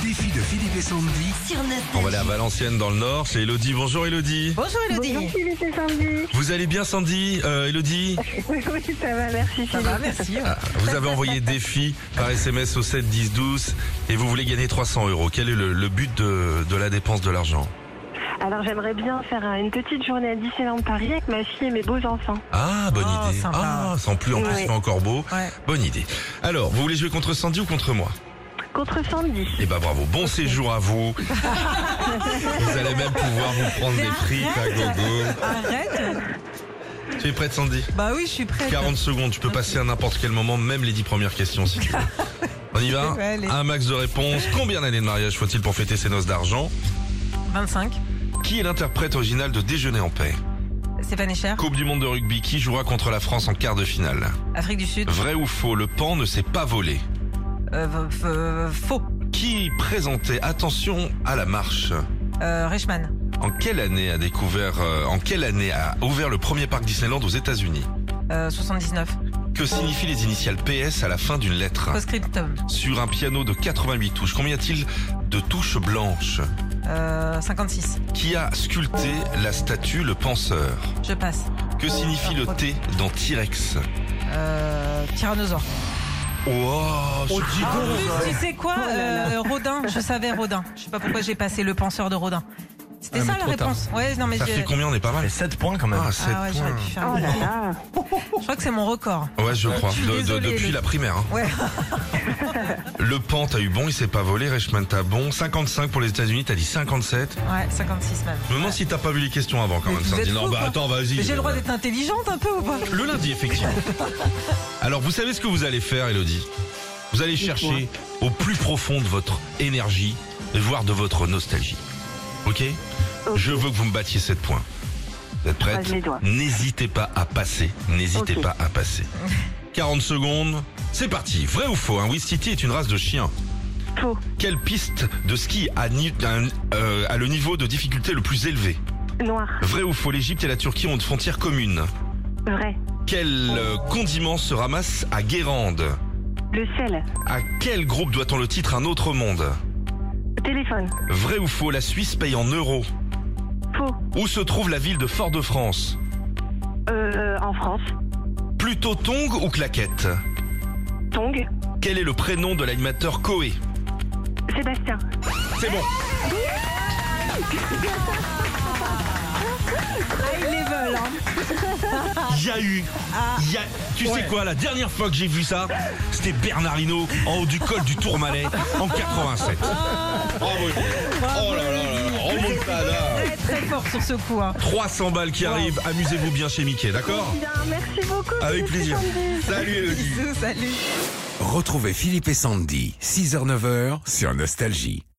défi de Philippe et Sandy sur Nostalgie. On va aller à Valenciennes dans le Nord, c'est Elodie. Bonjour Elodie. Bonjour Elodie. Bonjour Philippe et Sandy. Vous allez bien Sandy, Elodie? Oui, ça va, merci Philippe. Ça va, merci. Vous avez envoyé défi par SMS au 7 10 12 et vous voulez gagner 300 €. Quel est le but de la dépense de l'argent? Alors j'aimerais bien faire une petite journée à Disneyland Paris avec ma fille et mes beaux-enfants. Ah, bonne Oh, idée. sympa. Ah, sans plus, en plus, Ouais. il fait encore beau. Ouais. Bonne idée. Alors, vous voulez jouer contre Sandy ou contre moi? Contre Sandy. Eh ben bravo, bon séjour à vous. Vous allez même pouvoir vous prendre des frites à gogo. Arrête. Tu es prête Sandy? Bah oui, je suis prête. 40 secondes, tu peux passer à n'importe quel moment, même les 10 premières questions si tu veux. On y va? Ouais, allez. Un max de réponses. Combien d'années de mariage faut-il pour fêter ses noces d'argent? 25. Qui est l'interprète original de Déjeuner en paix? Stéphane Echer. Coupe du monde de rugby, qui jouera contre la France en quart de finale? Afrique du Sud. Vrai ou faux, le pan ne s'est pas volé? Faux. Qui présentait Attention à la marche? Reichmann. En quelle année a ouvert le premier parc Disneyland aux États-Unis? 79. Que signifient les initiales PS à la fin d'une lettre? Postscriptum. Sur un piano de 88 touches, combien y a-t-il de touches blanches? 56. Qui a sculpté la statue Le Penseur? Je passe. Que signifie le T dans T-Rex? Tyrannosaure. Wow, En plus, tu sais quoi Rodin. Je savais Rodin. Je sais pas pourquoi j'ai passé le penseur de Rodin. C'était ça la réponse. Ouais, non mais ça fait combien? On est pas mal. 7 points quand même. Ah, 7 Ah ouais, j'aurais pu faire Oh mieux. là là. Je crois que c'est mon record. Ouais, je crois. suis désolée, Depuis le- la primaire. Hein. Ouais. Le pan, t'as eu bon, il s'est pas volé. Reichmann, t'as bon. 55 pour les États-Unis, t'as dit 57. Ouais, 56 même. Je me demande si t'as pas vu les questions avant quand Mais même. vous Ça me êtes dit non, fous, bah quoi. attends, vas-y. Mais j'ai le droit d'être intelligente un peu ou pas? Le lundi, effectivement. Alors, vous savez ce que vous allez faire, Elodie? Vous allez chercher au plus profond de votre énergie, voire de votre nostalgie. Ok? Ok. Je veux que vous me battiez 7 points. Vous êtes prête? Croise les doigts. N'hésitez pas à passer. N'hésitez Ok. pas à passer. 40 secondes. C'est parti. Vrai ou faux? Un Ouistiti est une race de chien. Faux. Quelle piste de ski a le niveau de difficulté le plus élevé? Noir. Vrai ou faux? L'Égypte et la Turquie ont une frontière commune. Vrai. Quel condiment se ramasse à Guérande? Le sel. À quel groupe doit-on le titre Un autre monde? Téléphone. Vrai ou faux? La Suisse paye en euros. Faux. Où se trouve la ville de Fort-de-France? En France. Plutôt Tong ou Claquette? Tong. Quel est le prénom de l'animateur Koé? Sébastien. C'est bon. High level, hein. Il y a eu. Tu sais quoi, la dernière fois que j'ai vu ça, c'était Bernardino en haut du col du Tourmalet en 87. Bravo. Oh là là là, remontada. Très très fort sur ce coup, hein. 300 balles qui arrivent, amusez-vous bien chez Mickey, d'accord? Bien, merci beaucoup. Avec Philippe et plaisir. Sandy. Salut Elodie. Bisous, salut. Retrouvez Philippe et Sandy, 6h-9h sur Nostalgie.